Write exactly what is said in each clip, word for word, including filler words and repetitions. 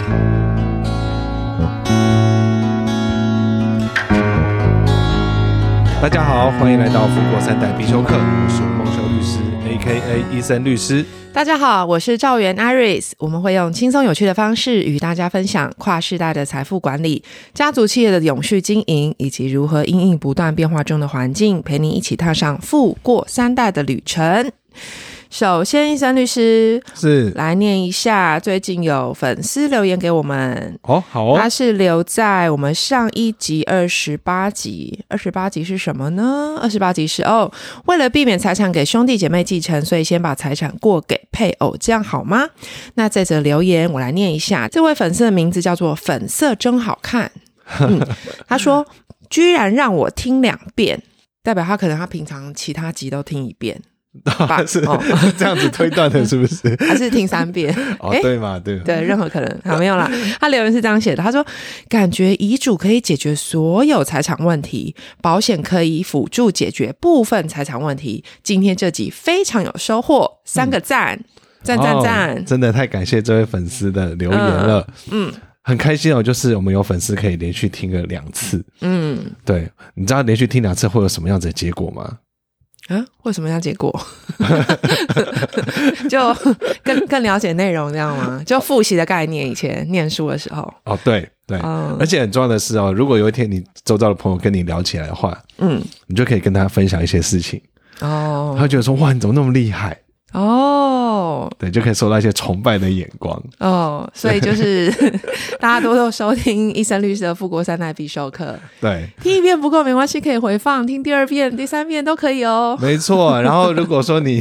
大家好，欢迎来到富过三代必修课，我是吴梦修律师 A K A 伊森律师。 大家好，我是赵元 Iris， 我们会用轻松有趣的方式与大家分享跨世代的财富管理、家族企业的永续经营，以及如何因应不断变化中的环境，陪你一起踏上富过三代的旅程。首先，伊森律师是来念一下最近有粉丝留言给我们哦，好哦， 他是留在我们上一集二十八集。二十八集是什么呢？二十八集是哦，为了避免财产给兄弟姐妹继承，所以先把财产过给配偶，这样好吗？那这则留言我来念一下，这位粉丝的名字叫做粉色真好看。嗯，他说居然让我听两遍，代表他可能他平常其他集都听一遍。 是、哦、这样子推断的，是不是？ 还是听三遍？ 哦，对嘛，对对，任何可能。好，没有啦。他留言是这样写的，他说：“感觉遗嘱可以解决所有财产问题，保险可以辅助解决部分财产问题。今天这集非常有收获，三个赞，赞赞赞、哦！ 真的太感谢这位粉丝的留言了。嗯。嗯很开心哦，就是我们有粉丝可以连续听个两次。嗯，对，你知道连续听两次会有什么样子的结果吗？” 啊，为什么要结果？就更更了解内容这样吗？就复习的概念，以前念书的时候。哦， 对对、嗯，而且很重要的是哦，如果有一天你周遭的朋友跟你聊起来的话，嗯，你就可以跟他分享一些事情。哦，他会觉得说哇，你怎么那么厉害？哦，对，就可以收到一些崇拜的眼光哦，所以就是大家多多收听伊森律师的富国三代必修课。 对， 听一遍不够没关系，可以回放，听第二遍、第三遍都可以哦。 没错，然后如果说你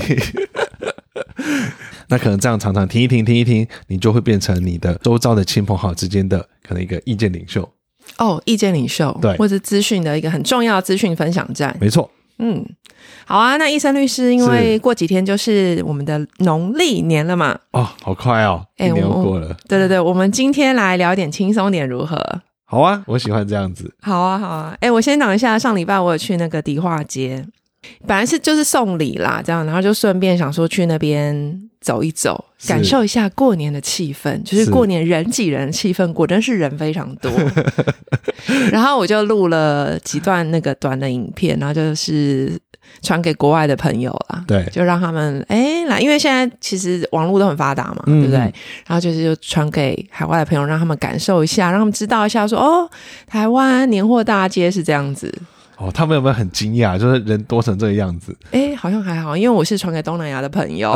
那可能这样常常听一听听一听，你就会变成你的周遭的亲朋好友之间的可能一个意见领袖。 哦，意见领袖， 对， 或者资讯的一个很重要的资讯分享站。 没错。 嗯，好啊，那伊森律师，因为过几天就是我们的农历年了嘛。 哦，好快哦，一年又过了。 对对对，我们今天来聊点轻松点如何？ 好啊，我喜欢这样子。 好啊好啊，哎，我先讲一下，上礼拜我有去那个迪化街，本来是就是送礼啦这样，然后就顺便想说去那边走一走，感受一下过年的气氛，就是过年人挤人的气氛，果真是人非常多。然后我就录了几段那个短的影片，然后就是传给国外的朋友啦， 对， 就让他们哎来，因为现在其实网络都很发达嘛，嗯、对不对？然后就是就传给海外的朋友，让他们感受一下，让他们知道一下说，哦，台湾年货大街是这样子。 哦，他们有没有很惊讶？就是人多成这个样子？ 哎，好像还好，因为我是传给东南亚的朋友，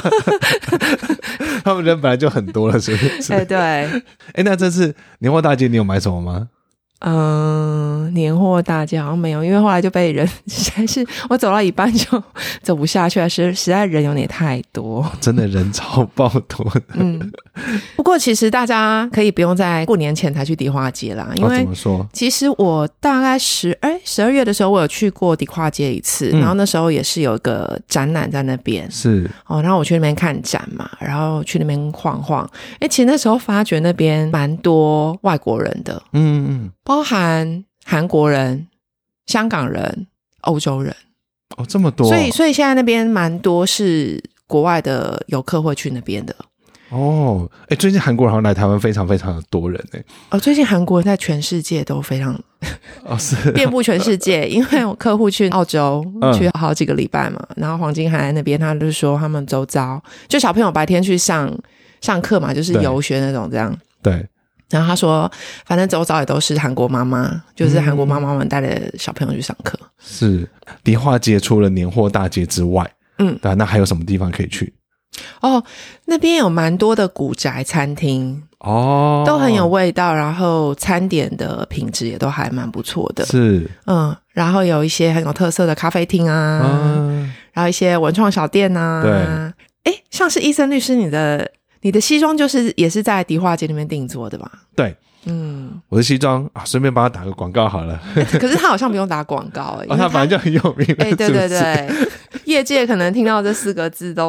他们人本来就很多了，是不是？ 哎，对。 哎，那这次年货大街你有买什么吗？ 嗯，年货大街好像没有，因为后来就被人实在是我走到一半就走不下去了，实实在人有点太多， 真的人超爆多的。嗯， 不过其实大家可以不用在过年前才去迪化街啦，因为怎么说？ 其实我大概十哎十二月的时候，我有去过迪化街一次、嗯，然后那时候也是有一个展览在那边， 是哦，然后我去那边看展嘛，然后去那边晃晃，哎，其实那时候发觉那边蛮多外国人的，嗯嗯。包含韩国人、香港人、欧洲人， 哦，这么多、哦， 所以所以现在那边蛮多是国外的游客会去那边的。 哦，哎，最近韩国人好像来台湾非常非常的多人哎。 哦，最近韩国人在全世界都非常哦是遍布全世界，因为我客户去澳洲、嗯、去好几个礼拜嘛，然后黄金海岸那边他就说他们周遭就小朋友白天去上上课嘛，就是游学那种这样。 对。 然后他说反正周遭也都是韩国妈妈，就是韩国妈妈们带着小朋友去上课、嗯、 是迪化街除了年货大街之外，嗯，对，那还有什么地方可以去？ 哦，那边有蛮多的古宅餐厅哦， 都很有味道，然后餐点的品质也都还蛮不错的， 是嗯，然后有一些很有特色的咖啡厅啊、嗯、然后一些文创小店啊，对，诶，像是伊森律师你的你的西装就是也是在迪化街那边定做的吧？ 对，嗯，我的西装啊，顺便帮他打个广告好了。 可是他好像不用打广告、欸， 哦，他本来就很有名了， 哎、欸，对对对，业界可能听到这四个字都哦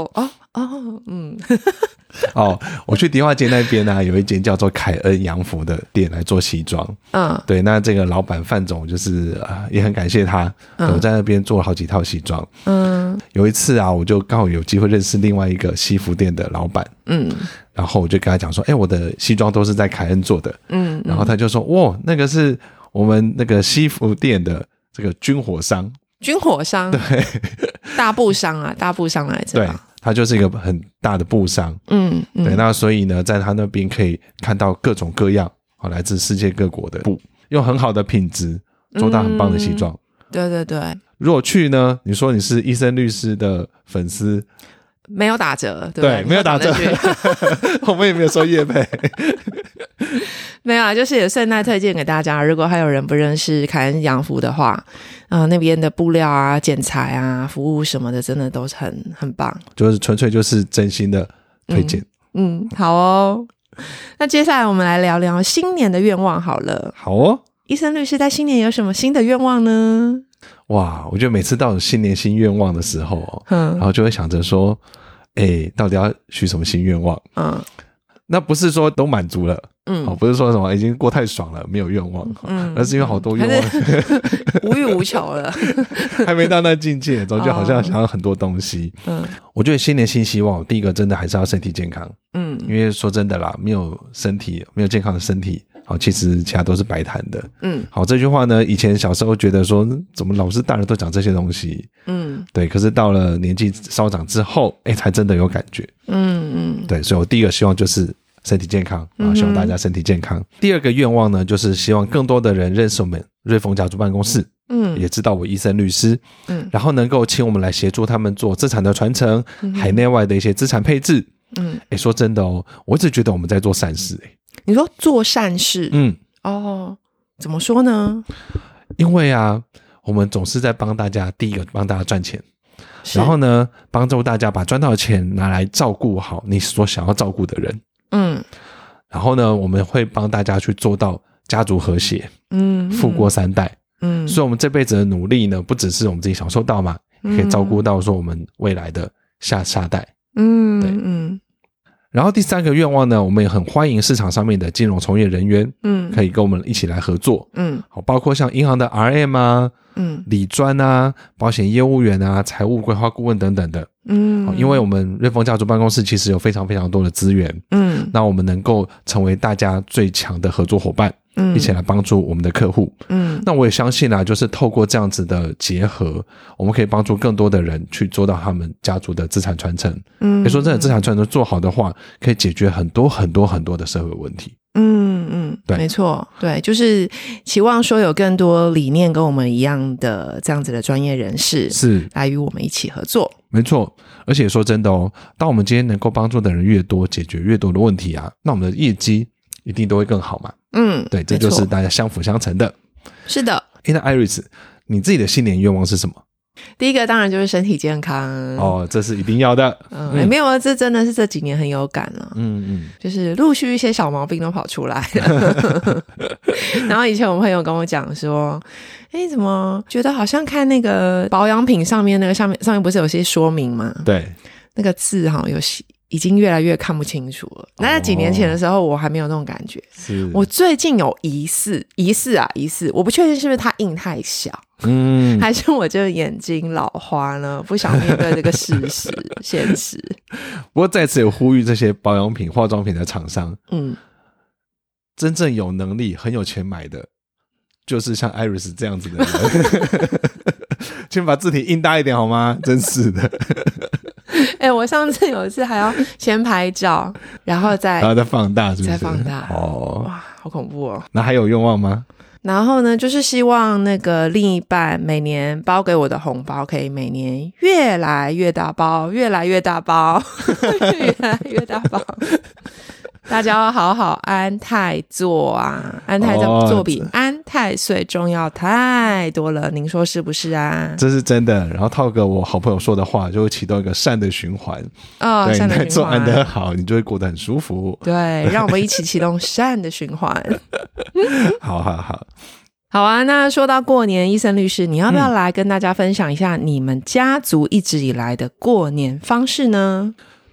哦，嗯， 哦，我去迪化街那边呢、啊，有一间叫做凯恩洋服的店来做西装。嗯，对，那这个老板范总就是啊、呃，也很感谢他，嗯、我在那边做了好几套西装。嗯，有一次啊，我就刚好有机会认识另外一个西服店的老板。嗯，然后我就跟他讲说，哎，我的西装都是在凯恩做的。嗯，然后他就说，哇，那个是我们那个西服店的这个军火商。 军火商， 对， 大布商啊，大布商来着。 对。他就是一个很大的布商，嗯，嗯对，那所以呢，在他那边可以看到各种各样啊，来自世界各国的布，用很好的品质做到很棒的西装。嗯、 对对对， 如果去呢，你说你是伊森律师的粉丝， 没有打折，对, 对，没有打折，我们也没有收业配。 没有啊，就是也顺带推荐给大家，如果还有人不认识凯恩洋服的话，啊、呃，那边的布料啊、剪裁啊、服务什么的，真的都是很很棒， 就是纯粹就是真心的推荐。 嗯, 嗯，好哦。那接下来我们来聊聊新年的愿望好了。 好哦， 伊森律师在新年有什么新的愿望呢？ 哇，我觉得每次到有新年新愿望的时候，嗯，然后就会想着说，哎，到底要许什么新愿望？嗯。那不是说都满足了，嗯，哦，不是说什么已经过太爽了，没有愿望，嗯，而是因为好多愿望无欲无求了， 还没到那境界，总觉得好像想要很多东西。嗯，我觉得新年新希望，第一个真的还是要身体健康，嗯，因为说真的啦，没有身体，没有健康的身体，好，其实其他都是白谈的。嗯，好，这句话呢，以前小时候觉得说，怎么老是大人都讲这些东西，嗯，对，可是到了年纪稍长之后，哎，才真的有感觉。嗯嗯，对，所以我第一个希望就是身体健康啊，希望大家身体健康。嗯、第二个愿望呢，就是希望更多的人认识我们瑞丰家族办公室，嗯，也知道我伊森律师，嗯，然后能够请我们来协助他们做资产的传承，嗯、海内外的一些资产配置。嗯，哎，说真的哦，我一直觉得我们在做善事，哎， 你说做善事，嗯，哦，怎么说呢？ 因为啊，我们总是在帮大家，第一个帮大家赚钱。然后呢，帮助大家把赚到的钱拿来照顾好你所想要照顾的人。嗯，然后呢，我们会帮大家去做到家族和谐，嗯，富过三代。嗯，所以我们这辈子的努力呢，不只是我们自己享受到嘛，也可以照顾到说我们未来的下下代。嗯，对，嗯。然后第三个愿望呢，我们也很欢迎市场上面的金融从业人员，嗯，可以跟我们一起来合作，嗯，好，包括像银行的 R M 啊，嗯，理专啊，保险业务员啊，财务规划顾问等等的，嗯，好，因为我们瑞丰家族办公室其实有非常非常多的资源，嗯，那我们能够成为大家最强的合作伙伴。嗯，一起来帮助我们的客户。嗯，那我也相信啊，就是透过这样子的结合，我们可以帮助更多的人去做到他们家族的资产传承。嗯，也说真的，资产传承做好的话，可以解决很多很多很多的社会问题。 嗯嗯，对，没错，对，就是期望说有更多理念跟我们一样的这样子的专业人士是来与我们一起合作。 没错，而且说真的哦，当我们今天能够帮助的人越多，解决越多的问题啊，那我们的业绩一定都会更好嘛。嗯，对，这就是大家相辅相成的。 是的。 那 Iris， 你自己的新年愿望是什么？ 第一个当然就是身体健康哦，这是一定要的。 嗯，嗯没有，这真的是这几年很有感了。嗯嗯，就是陆续一些小毛病都跑出来了。然后以前我们朋友跟我讲说，哎，怎么觉得好像看那个保养品上面那个上面上面不是有些说明吗？ 对， 那个字好像有已经越来越看不清楚了。那在几年前的时候，我还没有那种感觉。是，我最近有疑似，疑似啊，疑似，我不确定是不是它印太小，嗯，还是我这个眼睛老花呢，不想面对这个事实现实。 不过在此也呼吁这些保养品、化妆品的厂商，嗯，真正有能力、很有钱买的，就是像 Iris 这样子的人，请把字体印大一点好吗？真是的。 哎、欸，我上次有一次还要先拍照，然后再然后再放大，是不是？ 再放大哦，哇，好恐怖哦！ 那还有愿望吗？ 然后呢，就是希望那个另一半每年包给我的红包可以每年越来越大包，越来越大包，越来越大包。大家要好好安泰做啊，安泰做比安泰税重要太多了，您说是不是啊？ 这是真的。然后套个我好朋友说的话，就会启动一个善的循环。 哦， 对， 善的循环， 你做安得好，你就会过得很舒服。 对，让我们一起启动善的循环。 好好好。 好啊，那说到过年，伊森律师，你要不要来跟大家分享一下你们家族一直以来的过年方式呢？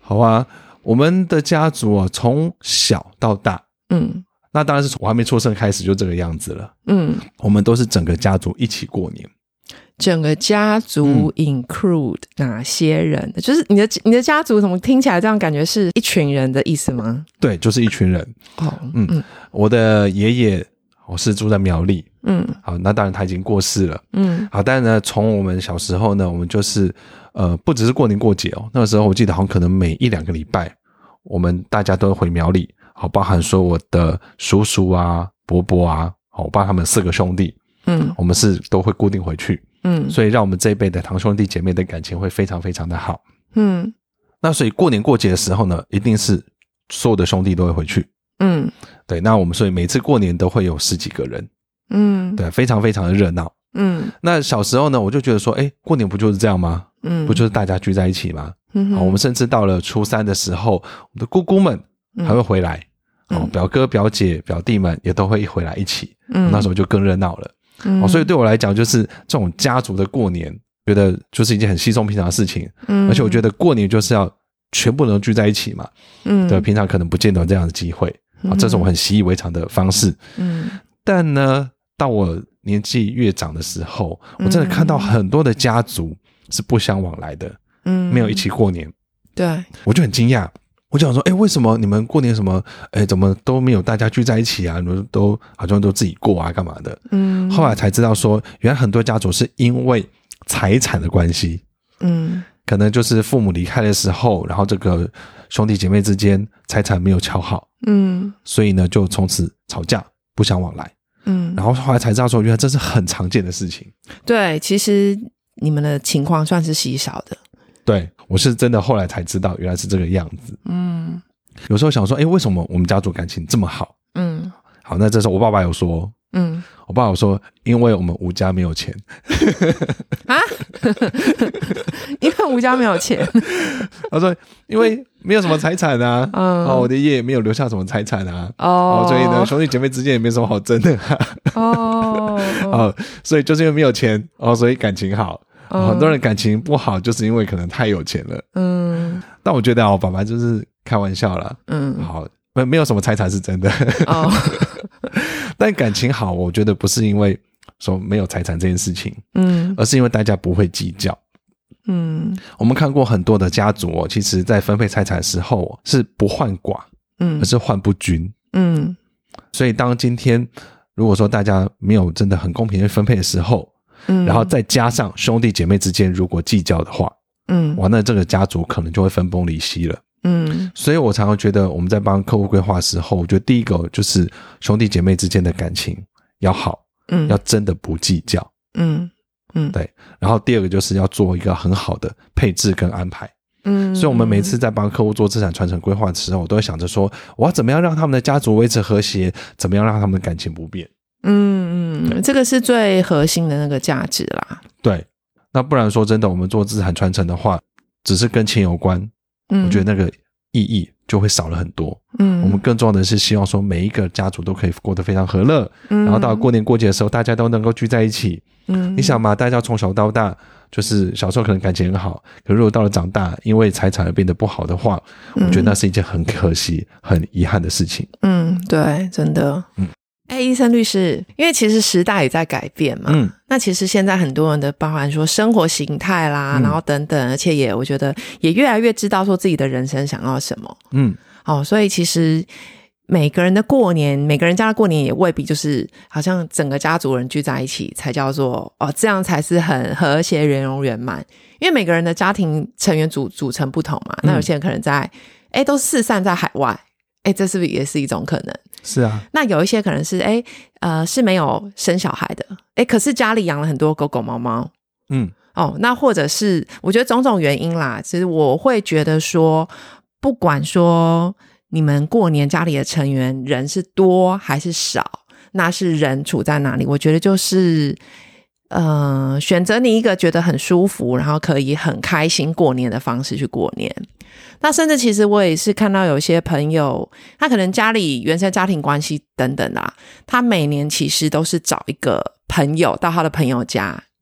好啊，我们的家族啊，从小到大，嗯，那当然是从我还没出生开始就这个样子了，嗯，我们都是整个家族一起过年。 整个家族 include 哪些人？嗯、就是你的你的家族怎么听起来这样感觉是一群人的意思吗？ 对，就是一群人。哦，嗯，嗯我的爷爷我是住在苗栗，嗯，好，那当然他已经过世了，嗯，好，但是呢，从我们小时候呢，我们就是呃，不只是过年过节哦，那个时候我记得好像可能每一两个礼拜，我们大家都会回苗栗，好，包含说我的叔叔啊、伯伯啊，好，我爸他们四个兄弟，嗯，我们是都会固定回去。嗯，所以让我们这一辈的堂兄弟姐妹的感情会非常非常的好。嗯，那所以过年过节的时候呢，一定是所有的兄弟都会回去。嗯，对，那我们所以每次过年都会有十几个人。嗯，对，非常非常的热闹。嗯，那小时候呢，我就觉得说，哎，过年不就是这样吗？嗯，不就是大家聚在一起吗？嗯，好，我们甚至到了初三的时候，我们的姑姑们还会回来。嗯，哦，表哥、表姐、表弟们也都会回来一起。嗯，那时候就更热闹了。嗯哦、所以对我来讲就是这种家族的过年觉得就是一件很稀松平常的事情、嗯、而且我觉得过年就是要全部人聚在一起嘛，嗯，对，平常可能不见得有这样的机会、嗯啊、这是我很习以为常的方式，嗯，但呢到我年纪越长的时候，我真的看到很多的家族是不相往来的，嗯，没有一起过年， 对， 我就很惊讶，我就想说，哎，为什么你们过年什么，哎，怎么都没有大家聚在一起啊？你们都好像都自己过啊，干嘛的？嗯，后来才知道说，原来很多家族是因为财产的关系，嗯，可能就是父母离开的时候，然后这个兄弟姐妹之间财产没有瞧好，嗯，所以呢就从此吵架，不相往来，嗯，然后后来才知道说，原来这是很常见的事情。 对，其实你们的情况算是稀少的。 对，我是真的后来才知道原来是这个样子。嗯，有时候想说，诶，为什么我们家族感情这么好？嗯，好，那这时候我爸爸有说，嗯，我爸爸有说，因为我们吴家没有钱。 啊？因为吴家没有钱？ 他说，因为没有什么财产啊，嗯，哦，我的爷爷没有留下什么财产啊，哦，所以呢，兄弟姐妹之间也没什么好争的啊。哦，哦，所以就是因为没有钱，哦，所以感情好。哦、很多人感情不好就是因为可能太有钱了，嗯，但我觉得啊，我爸爸就是开玩笑啦，嗯，好，没没有什么财产是真的，哦，但感情好，我觉得不是因为说没有财产这件事情，嗯，而是因为大家不会计较，嗯，我们看过很多的家族哦，其实在分配财产的时候是不患寡，嗯，而是患不均，嗯，所以当今天如果说大家没有真的很公平的分配的时候，嗯，然后再加上兄弟姐妹之间如果计较的话，嗯，哇，那这个家族可能就会分崩离析了，嗯，所以我常常觉得我们在帮客户规划的时候，我觉得第一个就是兄弟姐妹之间的感情要好，嗯，要真的不计较，嗯嗯，对，然后第二个就是要做一个很好的配置跟安排，嗯，所以我们每次在帮客户做资产传承规划的时候，我都会想着说，我要怎么样让他们的家族维持和谐，怎么样让他们的感情不变。 嗯嗯，这个是最核心的那个价值啦。 对，那不然说真的，我们做资产传承的话，只是跟钱有关，嗯，我觉得那个意义就会少了很多。嗯，我们更重要的是希望说每一个家族都可以过得非常和乐，嗯，然后到过年过节的时候，大家都能够聚在一起。嗯，你想嘛，大家从小到大，就是小时候可能感情很好，可是如果到了长大，因为财产而变得不好的话，嗯，我觉得那是一件很可惜、很遗憾的事情。 嗯，对，真的。嗯。哎，伊森律师，因为其实时代也在改变嘛，嗯，那其实现在很多人的包含说生活形态啦，嗯，然后等等，而且也我觉得也越来越知道说自己的人生想要什么，嗯，哦，所以其实每个人的过年，每个人家的过年也未必就是好像整个家族人聚在一起才叫做哦，这样才是很和谐圆融圆满，因为每个人的家庭成员组组成不同嘛，嗯，那有些人可能在哎都四散在海外，哎，这是不是也是一种可能？ 是啊， 那有一些可能是哎呃是没有生小孩的，哎，可是家里养了很多狗狗猫猫，嗯，哦，那或者是我觉得种种原因啦，其实我会觉得说，不管说你们过年家里的成员人是多还是少，那是人处在哪里，我觉得就是呃选择你一个觉得很舒服，然后可以很开心过年的方式去过年。那甚至其实我也是看到有些朋友，他可能家里原生家庭关系等等啦，他每年其实都是找一个朋友到他的朋友家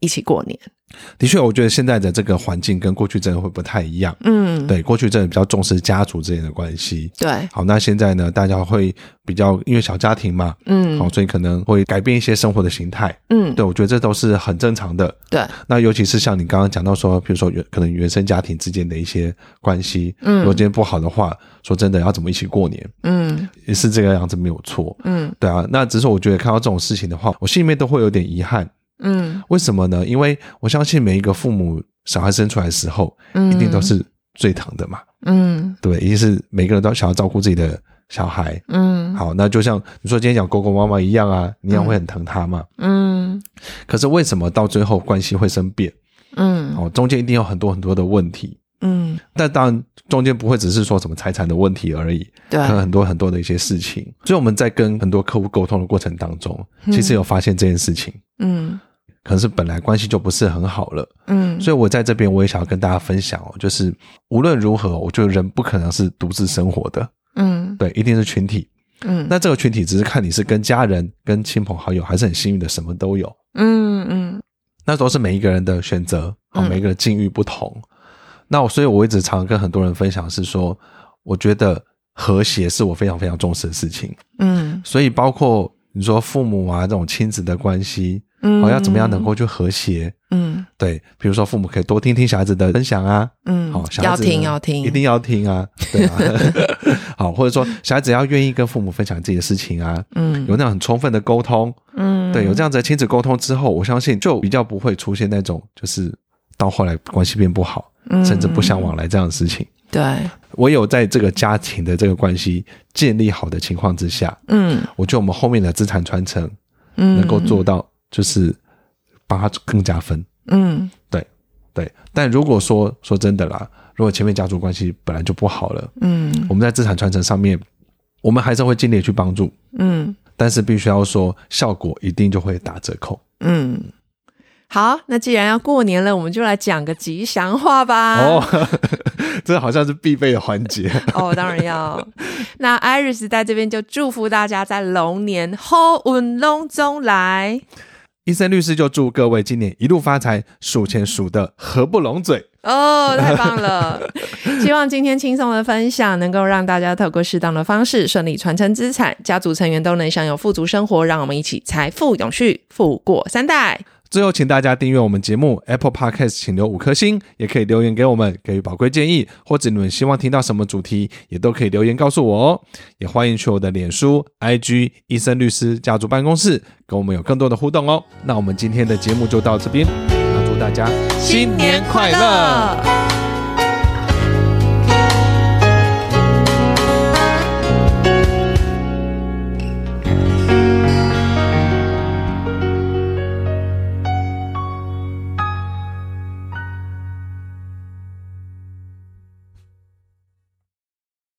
一起过年。 的确，我觉得现在的这个环境跟过去真的会不太一样。嗯，对，过去真的比较重视家族之间的关系。 对， 好，那现在呢，大家会比较因为小家庭嘛，嗯，好，所以可能会改变一些生活的形态。嗯，对，我觉得这都是很正常的。 对， 那尤其是像你刚刚讲到说，比如说可能原生家庭之间的一些关系，嗯，如果今天不好的话，说真的要怎么一起过年？嗯，也是这个样子没有错。嗯，对啊，那只是我觉得看到这种事情的话，我心里面都会有点遗憾。嗯，为什么呢？因为我相信每一个父母小孩生出来的时候，嗯，一定都是最疼的嘛。嗯，对，一定是每个人都想要照顾自己的小孩。嗯，好，那就像你说今天讲狗狗妈妈一样啊，你一样会很疼他嘛。嗯，可是为什么到最后关系会生变？嗯，哦，中间一定有很多很多的问题。嗯，但当然中间不会只是说什么财产的问题而已，对，可能很多很多的一些事情。所以我们在跟很多客户沟通的过程当中，其实有发现这件事情。嗯，可能是本来关系就不是很好了。嗯，所以我在这边我也想要跟大家分享哦，就是无论如何，我觉得人不可能是独自生活的。嗯，对，一定是群体。嗯，那这个群体只是看你是跟家人、跟亲朋好友，还是很幸运的什么都有。嗯嗯，那都是每一个人的选择，哦，每一个人境遇不同。那我所以我一直常常跟很多人分享是说，我觉得和谐是我非常非常重视的事情。嗯，所以包括你说父母啊这种亲子的关系，嗯，好，要怎么样能够去和谐？嗯，对，比如说父母可以多听听小孩子的分享啊，嗯，好，小孩子要听要听， 一定要听啊，对啊，好，或者说小孩子要愿意跟父母分享自己的事情啊，嗯，有那种很充分的沟通，嗯，对，有这样子的亲子沟通之后，我相信就比较不会出现那种就是到后来关系变不好。甚至不相往来这样的事情。 对， 唯有在这个家庭的这个关系建立好的情况之下，嗯，我觉得我们后面的资产传承，嗯，能够做到就是帮他更加分。嗯，对对。但如果说说真的啦，如果前面家族关系本来就不好了，嗯，我们在资产传承上面，我们还是会尽力去帮助，嗯，但是必须要说效果一定就会打折扣。嗯。 好，那既然要过年了，我们就来讲个吉祥话吧。 哦，这好像是必备的环节。 哦，当然要。那 Iris 在这边就祝福大家在龙年好运龙中来。 伊森律师就祝各位今年一路发财，数钱数得合不拢嘴。 哦，太棒了。希望今天轻松的分享能够让大家透过适当的方式顺利传承资产，家族成员都能享有富足生活，让我们一起财富永续，富过三代。 最后请大家订阅我们节目 Apple Podcast 请留五颗星，也可以留言给我们给予宝贵建议，或者你们希望听到什么主题也都可以留言告诉我哦。也欢迎去我的脸书 I G 伊森律师家族办公室跟我们有更多的互动哦。那我们今天的节目就到这边，那祝大家新年快乐。